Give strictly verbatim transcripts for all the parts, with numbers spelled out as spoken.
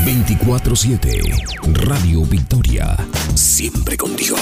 veinticuatro siete Radio Victoria, siempre contigo.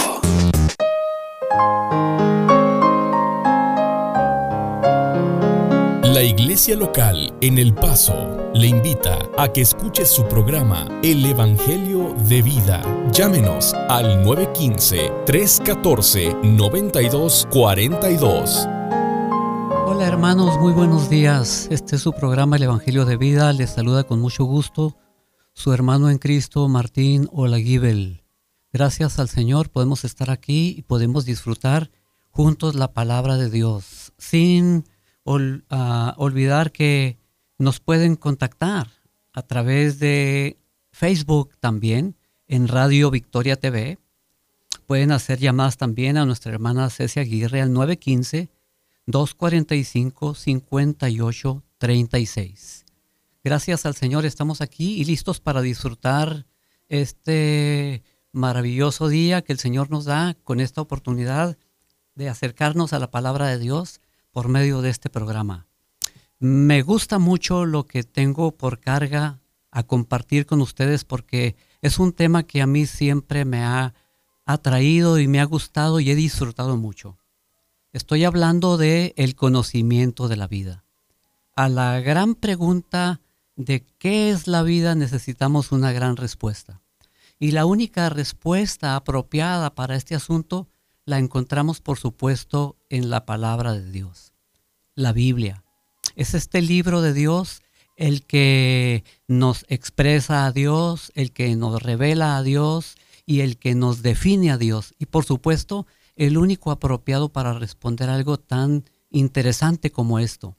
La iglesia local en El Paso le invita a que escuche su programa El Evangelio de Vida. Llámenos al nueve uno cinco, tres uno cuatro, nueve dos cuatro dos. Hola hermanos, muy buenos días. Este es su programa El Evangelio de Vida. Les saluda con mucho gusto su hermano en Cristo, Martín Olaguibel. Gracias al Señor podemos estar aquí y podemos disfrutar juntos la palabra de Dios, sin ol, uh, olvidar que nos pueden contactar a través de Facebook también, en Radio Victoria T V. Pueden hacer llamadas también a nuestra hermana Ceci Aguirre al nueve uno cinco, dos cuatro cinco, cinco ocho tres seis. Gracias al Señor estamos aquí y listos para disfrutar este maravilloso día que el Señor nos da con esta oportunidad de acercarnos a la palabra de Dios por medio de este programa. Me gusta mucho lo que tengo por carga a compartir con ustedes porque es un tema que a mí siempre me ha atraído y me ha gustado y he disfrutado mucho. Estoy hablando de el conocimiento de la vida. A la gran pregunta de qué es la vida necesitamos una gran respuesta. Y la única respuesta apropiada para este asunto la encontramos, por supuesto, en la palabra de Dios, la Biblia. Es este libro de Dios el que nos expresa a Dios, el que nos revela a Dios y el que nos define a Dios. Y por supuesto, el único apropiado para responder algo tan interesante como esto.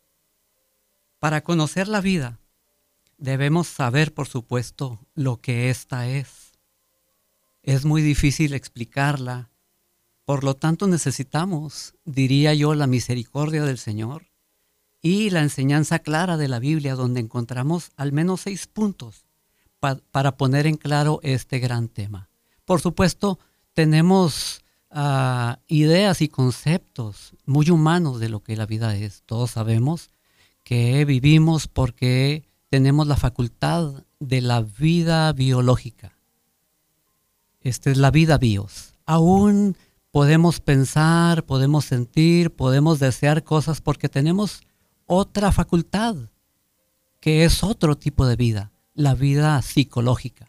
Para conocer la vida, debemos saber, por supuesto, lo que ésta es. Es muy difícil explicarla. Por lo tanto, necesitamos, diría yo, la misericordia del Señor y la enseñanza clara de la Biblia, donde encontramos al menos seis puntos pa- para poner en claro este gran tema. Por supuesto, tenemos uh, ideas y conceptos muy humanos de lo que la vida es. Todos sabemos que vivimos porque tenemos la facultad de la vida biológica. Esta es la vida bios. Aún podemos pensar, podemos sentir, podemos desear cosas porque tenemos otra facultad, que es otro tipo de vida, la vida psicológica.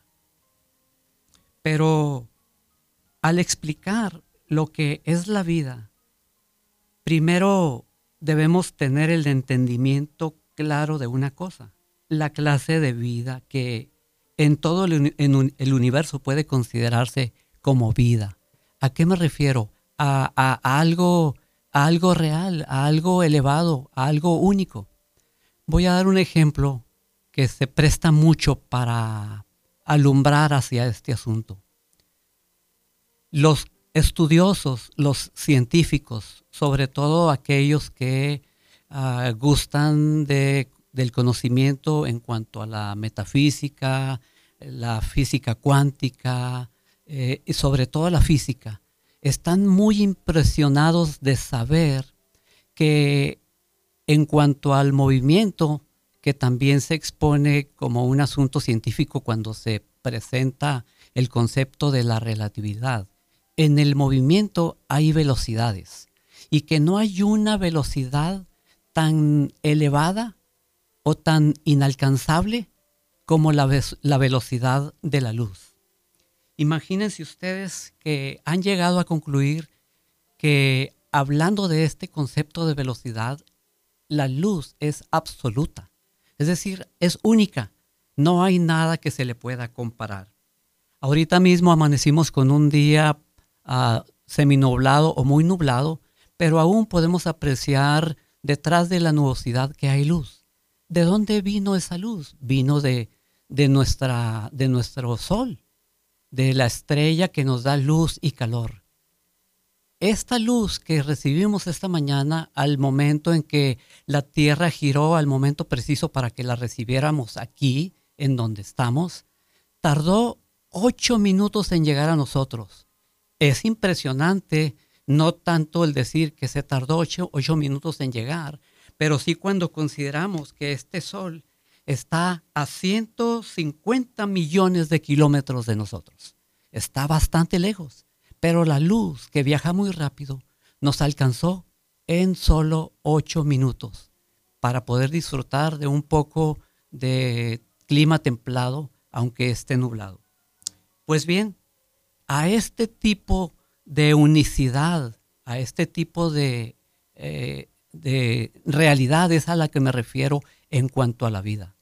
Pero al explicar lo que es la vida, primero debemos tener el entendimiento claro de una cosa, la clase de vida que en todo el, en el universo puede considerarse como vida. ¿A qué me refiero? A, a, a, algo, a algo real, a algo elevado, a algo único. Voy a dar un ejemplo que se presta mucho para alumbrar hacia este asunto. Los estudiosos, los científicos, sobre todo aquellos que uh, gustan de, del conocimiento en cuanto a la metafísica, la física cuántica, eh, y sobre todo la física, están muy impresionados de saber que en cuanto al movimiento, que también se expone como un asunto científico cuando se presenta el concepto de la relatividad, en el movimiento hay velocidades y que no hay una velocidad tan elevada o tan inalcanzable como la, ve- la velocidad de la luz. Imagínense ustedes que han llegado a concluir que hablando de este concepto de velocidad, la luz es absoluta, es decir, es única, no hay nada que se le pueda comparar. Ahorita mismo amanecimos con un día uh, seminublado o muy nublado, pero aún podemos apreciar detrás de la nubosidad que hay luz. ¿De dónde vino esa luz? Vino de, de, nuestra, de nuestro sol, de la estrella que nos da luz y calor. Esta luz que recibimos esta mañana, al momento en que la Tierra giró, al momento preciso para que la recibiéramos aquí, en donde estamos, tardó ocho minutos en llegar a nosotros. Es impresionante, no tanto el decir que se tardó ocho, ocho minutos en llegar, pero sí cuando consideramos que este sol está a ciento cincuenta millones de kilómetros de nosotros. Está bastante lejos, pero la luz, que viaja muy rápido, nos alcanzó en solo ocho minutos para poder disfrutar de un poco de clima templado, aunque esté nublado. Pues bien, a este tipo de unicidad, a este tipo de, eh, de realidad es a la que me refiero en cuanto a la vida.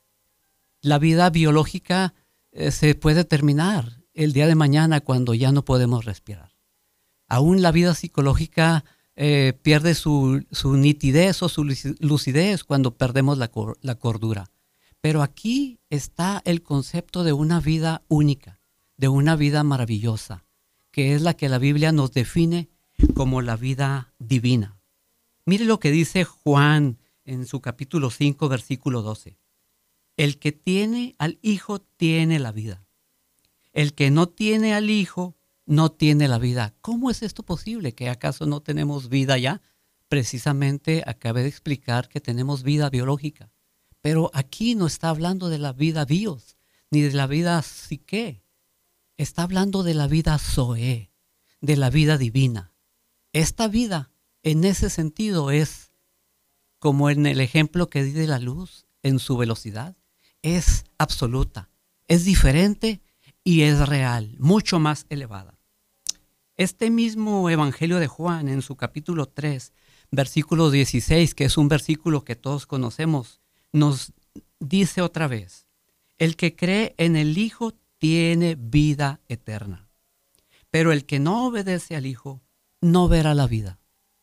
La vida biológica eh, se puede terminar el día de mañana cuando ya no podemos respirar. Aún la vida psicológica eh, pierde su, su nitidez o su lucidez cuando perdemos la, cor, la cordura. Pero aquí está el concepto de una vida única, de una vida maravillosa, que es la que la Biblia nos define como la vida divina. Mire lo que dice Juan en su capítulo cinco, versículo doce. El que tiene al Hijo tiene la vida. El que no tiene al Hijo no tiene la vida. ¿Cómo es esto posible? ¿Que acaso no tenemos vida ya? Precisamente acabé de explicar que tenemos vida biológica. Pero aquí no está hablando de la vida bios, ni de la vida psique. Está hablando de la vida zoe, de la vida divina. Esta vida, en ese sentido, es como en el ejemplo que di de la luz en su velocidad. Es absoluta, es diferente y es real, mucho más elevada. Este mismo Evangelio de Juan, en su capítulo tres, versículo dieciséis, que es un versículo que todos conocemos, nos dice otra vez: el que cree en el Hijo tiene vida eterna, pero el que no obedece al Hijo no verá la vida.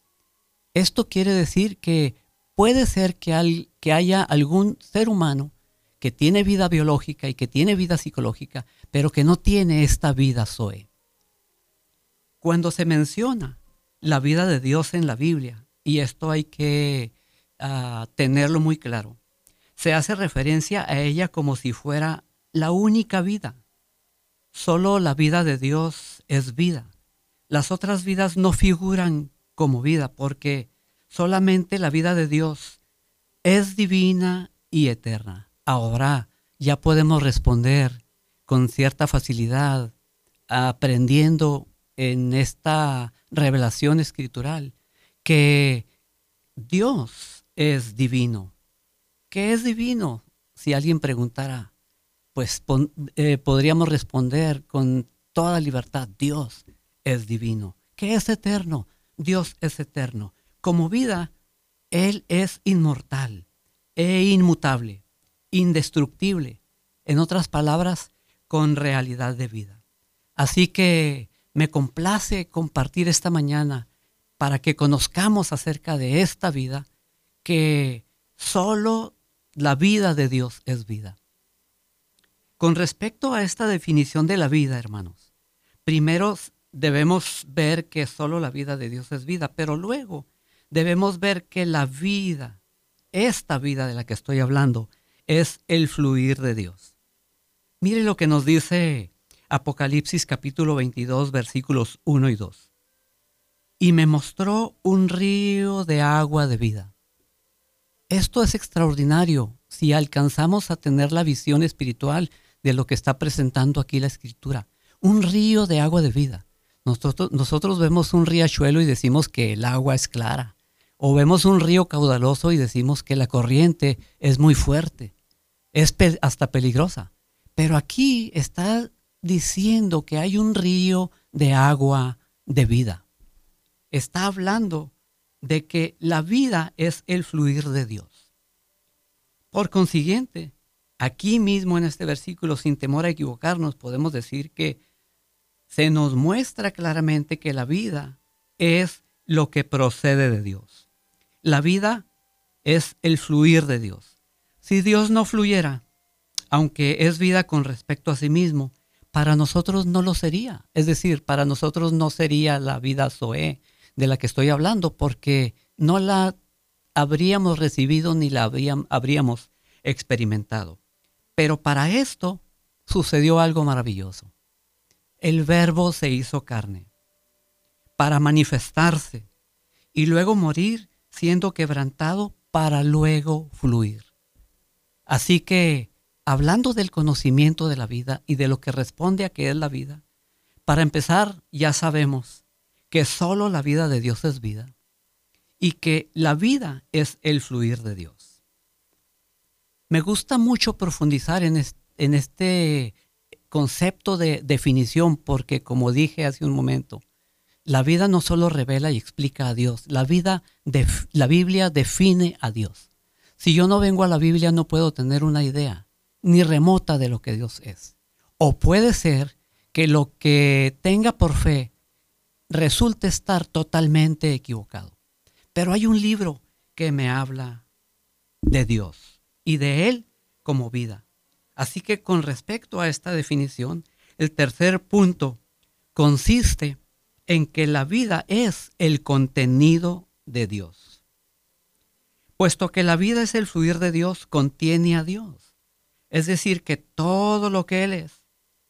Esto quiere decir que puede ser que, al, que haya algún ser humano que tiene vida biológica y que tiene vida psicológica, pero que no tiene esta vida zoe. Cuando se menciona la vida de Dios en la Biblia, y esto hay que uh, tenerlo muy claro, se hace referencia a ella como si fuera la única vida. Solo la vida de Dios es vida. Las otras vidas no figuran como vida porque solamente la vida de Dios es divina y eterna. Ahora ya podemos responder con cierta facilidad, aprendiendo en esta revelación escritural, que Dios es divino. ¿Qué es divino? Si alguien preguntara, pues pon, eh, podríamos responder con toda libertad: Dios es divino. ¿Qué es eterno? Dios es eterno. Como vida, Él es inmortal e inmutable, indestructible, en otras palabras, con realidad de vida. Así que me complace compartir esta mañana para que conozcamos acerca de esta vida, que solo la vida de Dios es vida. Con respecto a esta definición de la vida, hermanos, primero debemos ver que solo la vida de Dios es vida, pero luego debemos ver que la vida, esta vida de la que estoy hablando, es el fluir de Dios. Mire lo que nos dice Apocalipsis capítulo veintidós, versículos uno y dos. Y me mostró un río de agua de vida. Esto es extraordinario si alcanzamos a tener la visión espiritual de lo que está presentando aquí la Escritura. Un río de agua de vida. Nosotros, nosotros vemos un riachuelo y decimos que el agua es clara. O vemos un río caudaloso y decimos que la corriente es muy fuerte. Es pe- hasta peligrosa. Pero aquí está diciendo que hay un río de agua de vida. Está hablando de que la vida es el fluir de Dios. Por consiguiente, aquí mismo en este versículo, sin temor a equivocarnos, podemos decir que se nos muestra claramente que la vida es lo que procede de Dios. La vida es el fluir de Dios. Si Dios no fluyera, aunque es vida con respecto a sí mismo, para nosotros no lo sería. Es decir, para nosotros no sería la vida zoe de la que estoy hablando, porque no la habríamos recibido ni la habríamos experimentado. Pero para esto sucedió algo maravilloso. El Verbo se hizo carne para manifestarse y luego morir siendo quebrantado para luego fluir. Así que, hablando del conocimiento de la vida y de lo que responde a qué es la vida, para empezar, ya sabemos que solo la vida de Dios es vida y que la vida es el fluir de Dios. Me gusta mucho profundizar en este, en este concepto de definición porque, como dije hace un momento, la vida no solo revela y explica a Dios, la, vida def, la Biblia define a Dios. Si yo no vengo a la Biblia no puedo tener una idea ni remota de lo que Dios es. O puede ser que lo que tenga por fe resulte estar totalmente equivocado. Pero hay un libro que me habla de Dios y de Él como vida. Así que con respecto a esta definición, el tercer punto consiste en que la vida es el contenido de Dios. Puesto que la vida es el fluir de Dios, contiene a Dios. Es decir, que todo lo que Él es,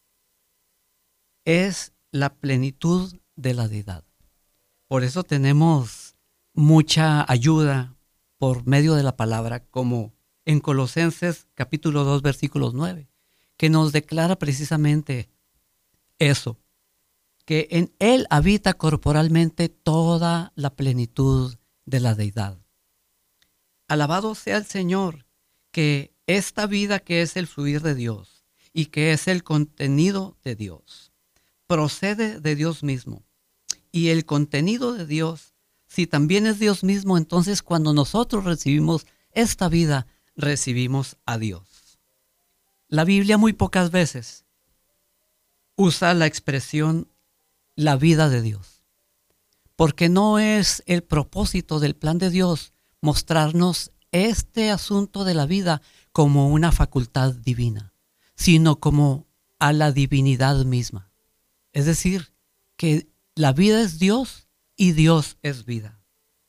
es la plenitud de la deidad. Por eso tenemos mucha ayuda por medio de la palabra, como en Colosenses capítulo dos, versículos nueve, que nos declara precisamente eso, que en Él habita corporalmente toda la plenitud de la deidad. Alabado sea el Señor, que esta vida que es el fluir de Dios y que es el contenido de Dios, procede de Dios mismo. Y el contenido de Dios, si también es Dios mismo, entonces cuando nosotros recibimos esta vida, recibimos a Dios. La Biblia muy pocas veces usa la expresión la vida de Dios, porque no es el propósito del plan de Dios mostrarnos este asunto de la vida como una facultad divina, sino como a la divinidad misma. Es decir, que la vida es Dios y Dios es vida.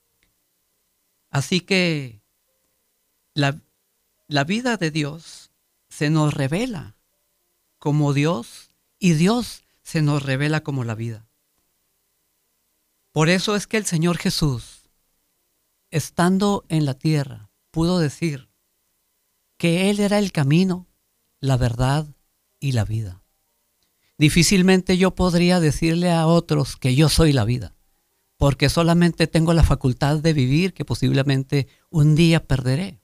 Así que la, la vida de Dios se nos revela como Dios y Dios se nos revela como la vida. Por eso es que el Señor Jesús, estando en la tierra, pudo decir que Él era el camino, la verdad y la vida. Difícilmente yo podría decirle a otros que yo soy la vida, porque solamente tengo la facultad de vivir que posiblemente un día perderé.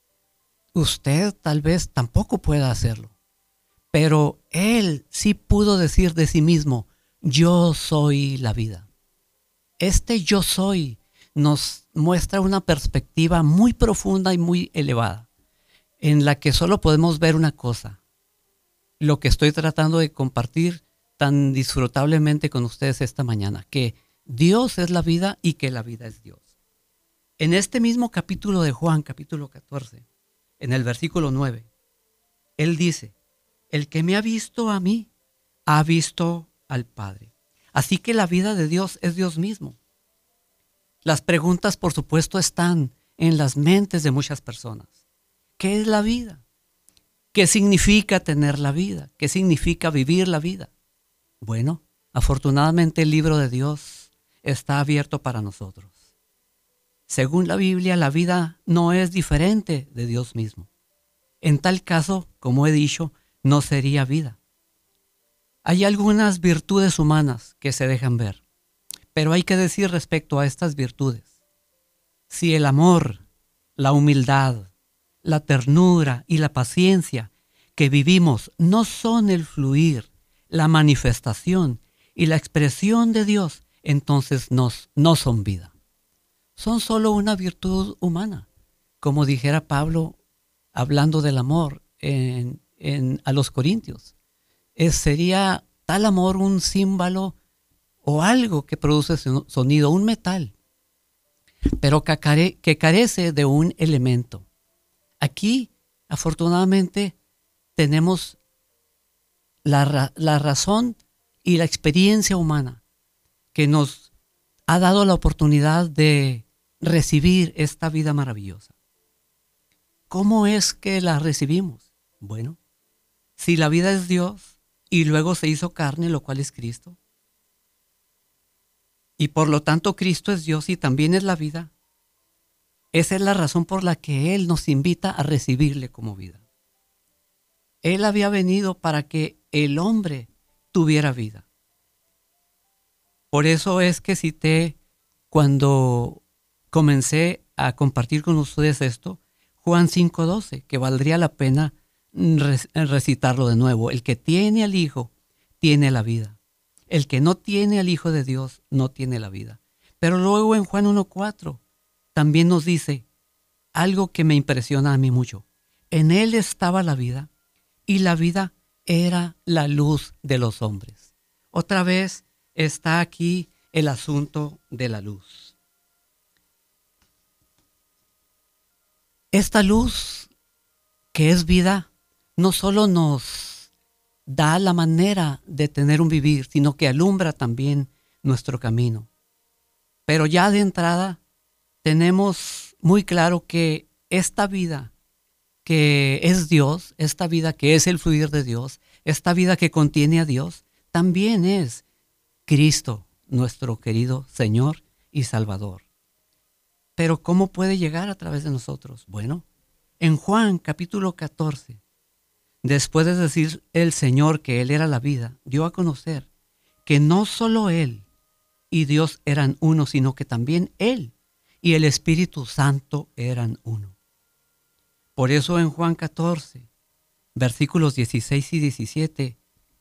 Usted tal vez tampoco pueda hacerlo, pero Él sí pudo decir de sí mismo, yo soy la vida. Este yo soy nos muestra una perspectiva muy profunda y muy elevada, en la que solo podemos ver una cosa, lo que estoy tratando de compartir tan disfrutablemente con ustedes esta mañana, que Dios es la vida y que la vida es Dios. En este mismo capítulo de Juan, capítulo catorce, en el versículo nueve, Él dice, el que me ha visto a mí, ha visto al Padre. Así que la vida de Dios es Dios mismo. Las preguntas, por supuesto, están en las mentes de muchas personas. ¿Qué es la vida? ¿Qué significa tener la vida? ¿Qué significa vivir la vida? Bueno, afortunadamente el libro de Dios está abierto para nosotros. Según la Biblia, la vida no es diferente de Dios mismo. En tal caso, como he dicho, no sería vida. Hay algunas virtudes humanas que se dejan ver, pero hay que decir respecto a estas virtudes. Si el amor, la humildad, la ternura y la paciencia que vivimos no son el fluir, la manifestación y la expresión de Dios, entonces nos, no son vida. Son solo una virtud humana, como dijera Pablo hablando del amor en, en, a los Corintios. Es, sería tal amor un címbalo o algo que produce sonido, un metal, pero que, care, que carece de un elemento. Aquí, afortunadamente, tenemos la, la razón y la experiencia humana que nos ha dado la oportunidad de recibir esta vida maravillosa. ¿Cómo es que la recibimos? Bueno, si la vida es Dios y luego se hizo carne, lo cual es Cristo, y por lo tanto Cristo es Dios y también es la vida, Esa es la razón por la que Él nos invita a recibirle como vida. Él había venido para que el hombre tuviera vida. Por eso es que cité, cuando comencé a compartir con ustedes esto, Juan cinco doce, que valdría la pena recitarlo de nuevo. El que tiene al Hijo tiene la vida. El que no tiene al Hijo de Dios no tiene la vida. Pero luego en Juan uno cuatro también nos dice algo que me impresiona a mí mucho. En Él estaba la vida y la vida era la luz de los hombres. Otra vez está aquí el asunto de la luz. Esta luz que es vida no solo nos da la manera de tener un vivir, sino que alumbra también nuestro camino. Pero ya de entrada tenemos muy claro que esta vida que es Dios, esta vida que es el fluir de Dios, esta vida que contiene a Dios, también es Cristo, nuestro querido Señor y Salvador. Pero ¿cómo puede llegar a través de nosotros? Bueno, en Juan capítulo catorce, después de decir el Señor que Él era la vida, dio a conocer que no solo Él y Dios eran uno, sino que también Él y el Espíritu Santo eran uno. Por eso en Juan catorce, versículos dieciséis y diecisiete,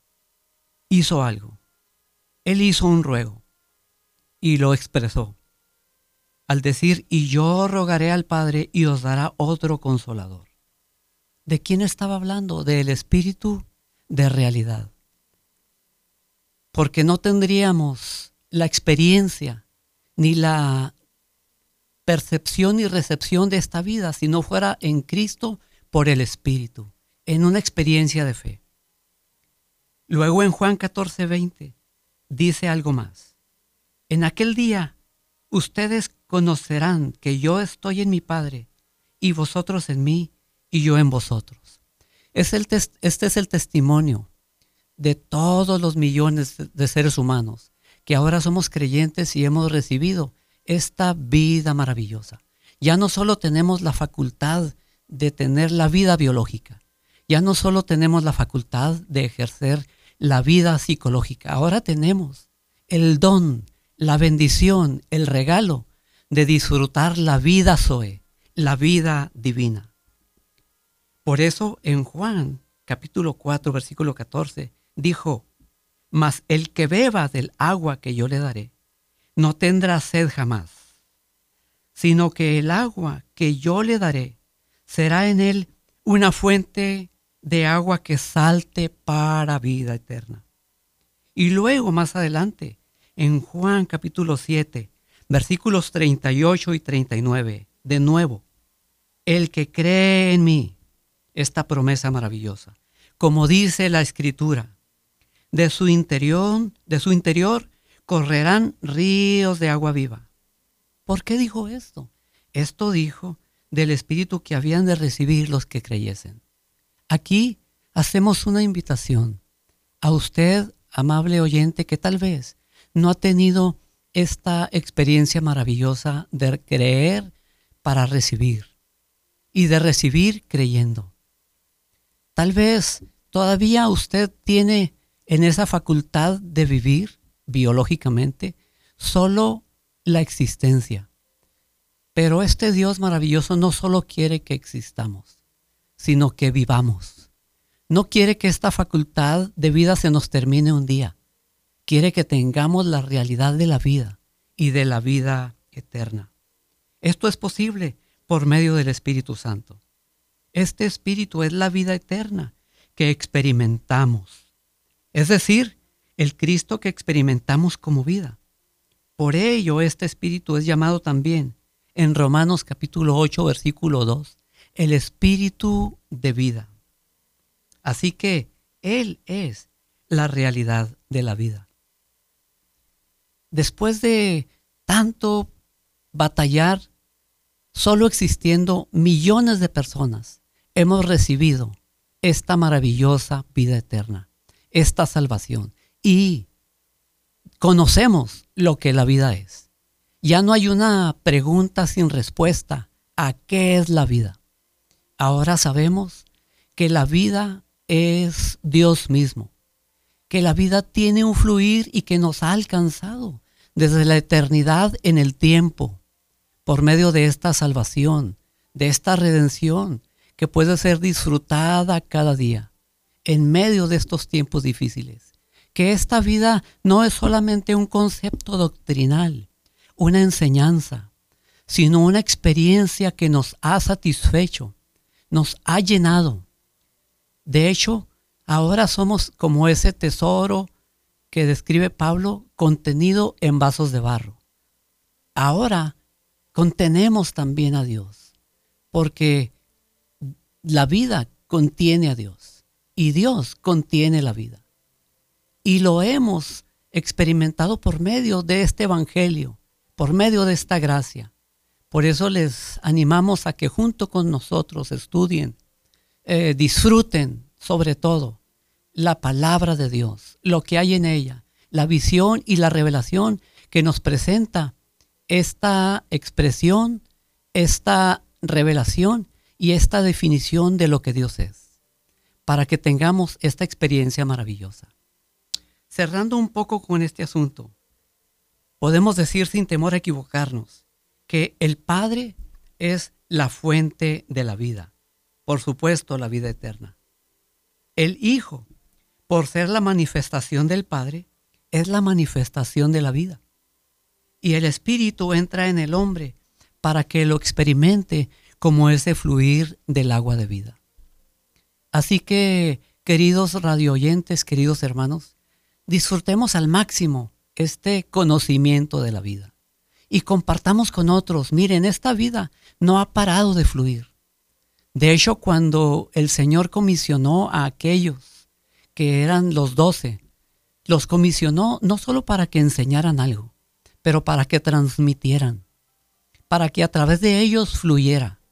hizo algo. Él hizo un ruego y lo expresó al decir: y yo rogaré al Padre y os dará otro consolador. ¿De quién estaba hablando? Del Espíritu de realidad. Porque no tendríamos la experiencia ni la percepción y recepción de esta vida si no fuera en Cristo por el Espíritu, en una experiencia de fe. Luego en Juan catorce veinte dice algo más. En aquel día ustedes conocerán que yo estoy en mi Padre y vosotros en mí y yo en vosotros. Es el tes- este es el testimonio de todos los millones de seres humanos que ahora somos creyentes y hemos recibido esta vida maravillosa. Ya no solo tenemos la facultad de tener la vida biológica, ya no solo tenemos la facultad de ejercer la vida psicológica, ahora tenemos el don, la bendición, el regalo de disfrutar la vida Zoe, la vida divina. Por eso en Juan capítulo cuatro, versículo catorce, dijo: mas el que beba del agua que yo le daré, no tendrá sed jamás, sino que el agua que yo le daré será en él una fuente de agua que salte para vida eterna. Y luego más adelante, en Juan capítulo siete, versículos treinta y ocho y treinta y nueve, de nuevo, el que cree en mí, esta promesa maravillosa, como dice la Escritura, de su interior, de su interior correrán ríos de agua viva. ¿Por qué dijo esto? Esto dijo del Espíritu que habían de recibir los que creyesen. Aquí hacemos una invitación a usted, amable oyente, que tal vez no ha tenido esta experiencia maravillosa de creer para recibir y de recibir creyendo. Tal vez todavía usted tiene en esa facultad de vivir biológicamente solo la existencia. Pero este Dios maravilloso no solo quiere que existamos, sino que vivamos. No quiere que esta facultad de vida se nos termine un día. Quiere que tengamos la realidad de la vida y de la vida eterna. Esto es posible por medio del Espíritu Santo. Este Espíritu es la vida eterna que experimentamos. Es decir, el Cristo que experimentamos como vida. Por ello, este Espíritu es llamado también, en Romanos capítulo ocho, versículo dos, el Espíritu de vida. Así que Él es la realidad de la vida. Después de tanto batallar, solo existiendo millones de personas, hemos recibido esta maravillosa vida eterna, esta salvación, y conocemos lo que la vida es. Ya no hay una pregunta sin respuesta a qué es la vida. Ahora sabemos que la vida es Dios mismo, que la vida tiene un fluir y que nos ha alcanzado desde la eternidad en el tiempo, por medio de esta salvación, de esta redención que puede ser disfrutada cada día, en medio de estos tiempos difíciles. Que esta vida no es solamente un concepto doctrinal, una enseñanza, sino una experiencia que nos ha satisfecho, nos ha llenado. De hecho, ahora somos como ese tesoro que describe Pablo, contenido en vasos de barro. Ahora contenemos también a Dios, porque la vida contiene a Dios y Dios contiene la vida. Y lo hemos experimentado por medio de este evangelio, por medio de esta gracia. Por eso les animamos a que junto con nosotros estudien, eh, disfruten sobre todo la palabra de Dios, lo que hay en ella, la visión y la revelación que nos presenta esta expresión, esta revelación y esta definición de lo que Dios es, para que tengamos esta experiencia maravillosa. Cerrando un poco con este asunto, podemos decir sin temor a equivocarnos que el Padre es la fuente de la vida, por supuesto la vida eterna. El Hijo, por ser la manifestación del Padre, es la manifestación de la vida. Y el Espíritu entra en el hombre para que lo experimente como ese fluir del agua de vida. Así que, queridos radioyentes, queridos hermanos, disfrutemos al máximo este conocimiento de la vida y compartamos con otros. Miren, esta vida no ha parado de fluir. De hecho, cuando el Señor comisionó a aquellos que eran los doce, los comisionó no solo para que enseñaran algo, pero para que transmitieran, para que a través de ellos fluyera.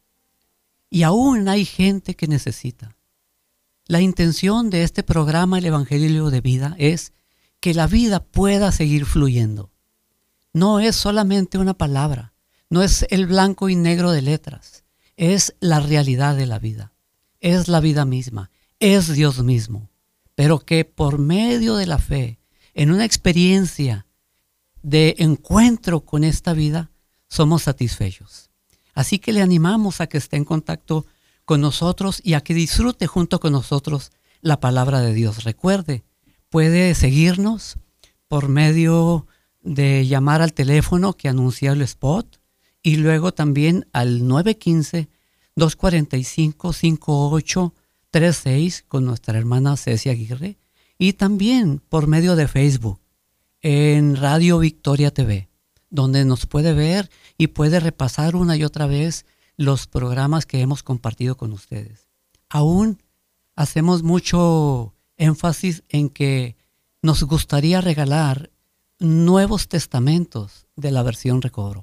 Y aún hay gente que necesita. La intención de este programa, el Evangelio de Vida, es que la vida pueda seguir fluyendo. No es solamente una palabra, no es el blanco y negro de letras, es la realidad de la vida, es la vida misma, es Dios mismo, pero que por medio de la fe, en una experiencia de encuentro con esta vida, somos satisfechos. Así que le animamos a que esté en contacto con nosotros y a que disfrute junto con nosotros la palabra de Dios. Recuerde, puede seguirnos por medio de llamar al teléfono que anuncia el spot y luego también al nueve uno cinco, dos cuatro cinco, cinco ocho tres seis con nuestra hermana Ceci Aguirre y también por medio de Facebook en Radio Victoria T V, donde nos puede ver y puede repasar una y otra vez los programas que hemos compartido con ustedes. Aún hacemos mucho énfasis en que nos gustaría regalar Nuevos Testamentos de la versión Recobro.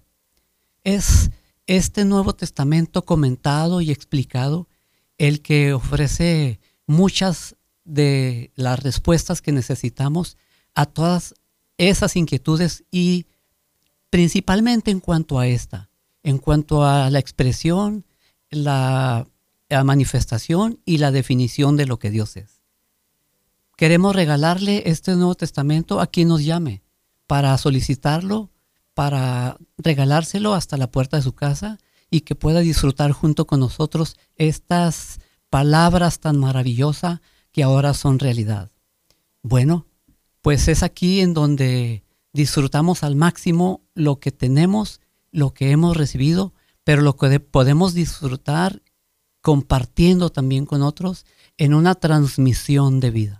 Es este Nuevo Testamento comentado y explicado el que ofrece muchas de las respuestas que necesitamos a todas esas inquietudes y principalmente en cuanto a esta, en cuanto a la expresión, la, la manifestación y la definición de lo que Dios es. Queremos regalarle este Nuevo Testamento a quien nos llame para solicitarlo, para regalárselo hasta la puerta de su casa y que pueda disfrutar junto con nosotros estas palabras tan maravillosas que ahora son realidad. Bueno, pues es aquí en donde disfrutamos al máximo lo que tenemos, lo que hemos recibido, pero lo que podemos disfrutar compartiendo también con otros en una transmisión de vida.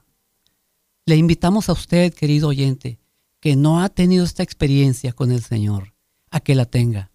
Le invitamos a usted, querido oyente, que no ha tenido esta experiencia con el Señor, a que la tenga.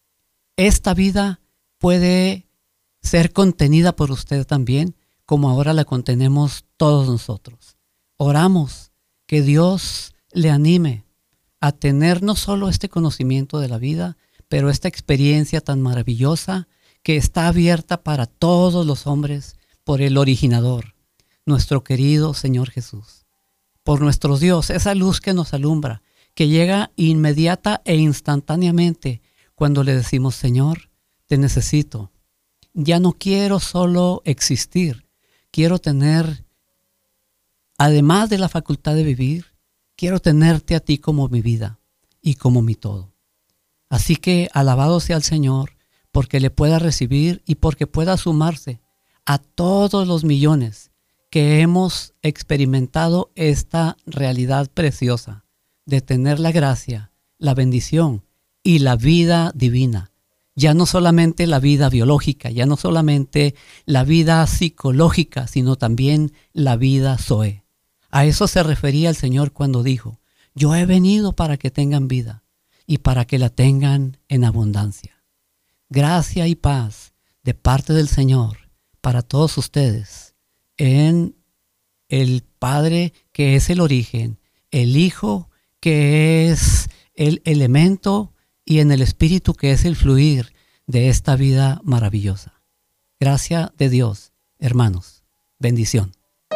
Esta vida puede ser contenida por usted también, como ahora la contenemos todos nosotros. Oramos que Dios le anime a tener no solo este conocimiento de la vida, pero esta experiencia tan maravillosa que está abierta para todos los hombres por el originador, nuestro querido Señor Jesús. Por nuestro Dios, esa luz que nos alumbra, que llega inmediata e instantáneamente cuando le decimos: Señor, te necesito. Ya no quiero solo existir, quiero tener, además de la facultad de vivir, quiero tenerte a ti como mi vida y como mi todo. Así que alabado sea el Señor, porque le pueda recibir y porque pueda sumarse a todos los millones que hemos experimentado esta realidad preciosa de tener la gracia, la bendición y la vida divina. Ya no solamente la vida biológica, ya no solamente la vida psicológica, sino también la vida Zoe. A eso se refería el Señor cuando dijo, yo he venido para que tengan vida y para que la tengan en abundancia. Gracia y paz de parte del Señor para todos ustedes en el Padre que es el origen, el Hijo que es el elemento y en el Espíritu que es el fluir de esta vida maravillosa. Gracia de Dios, hermanos. Bendición.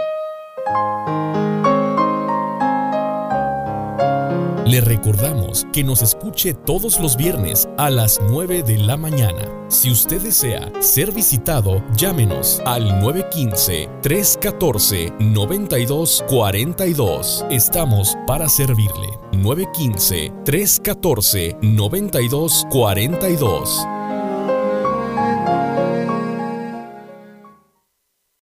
Le recordamos que nos escuche todos los viernes a las nueve de la mañana. Si usted desea ser visitado, llámenos al nueve uno cinco, tres uno cuatro, nueve dos cuatro dos. Estamos para servirle. nueve uno cinco, tres uno cuatro, nueve dos cuatro dos.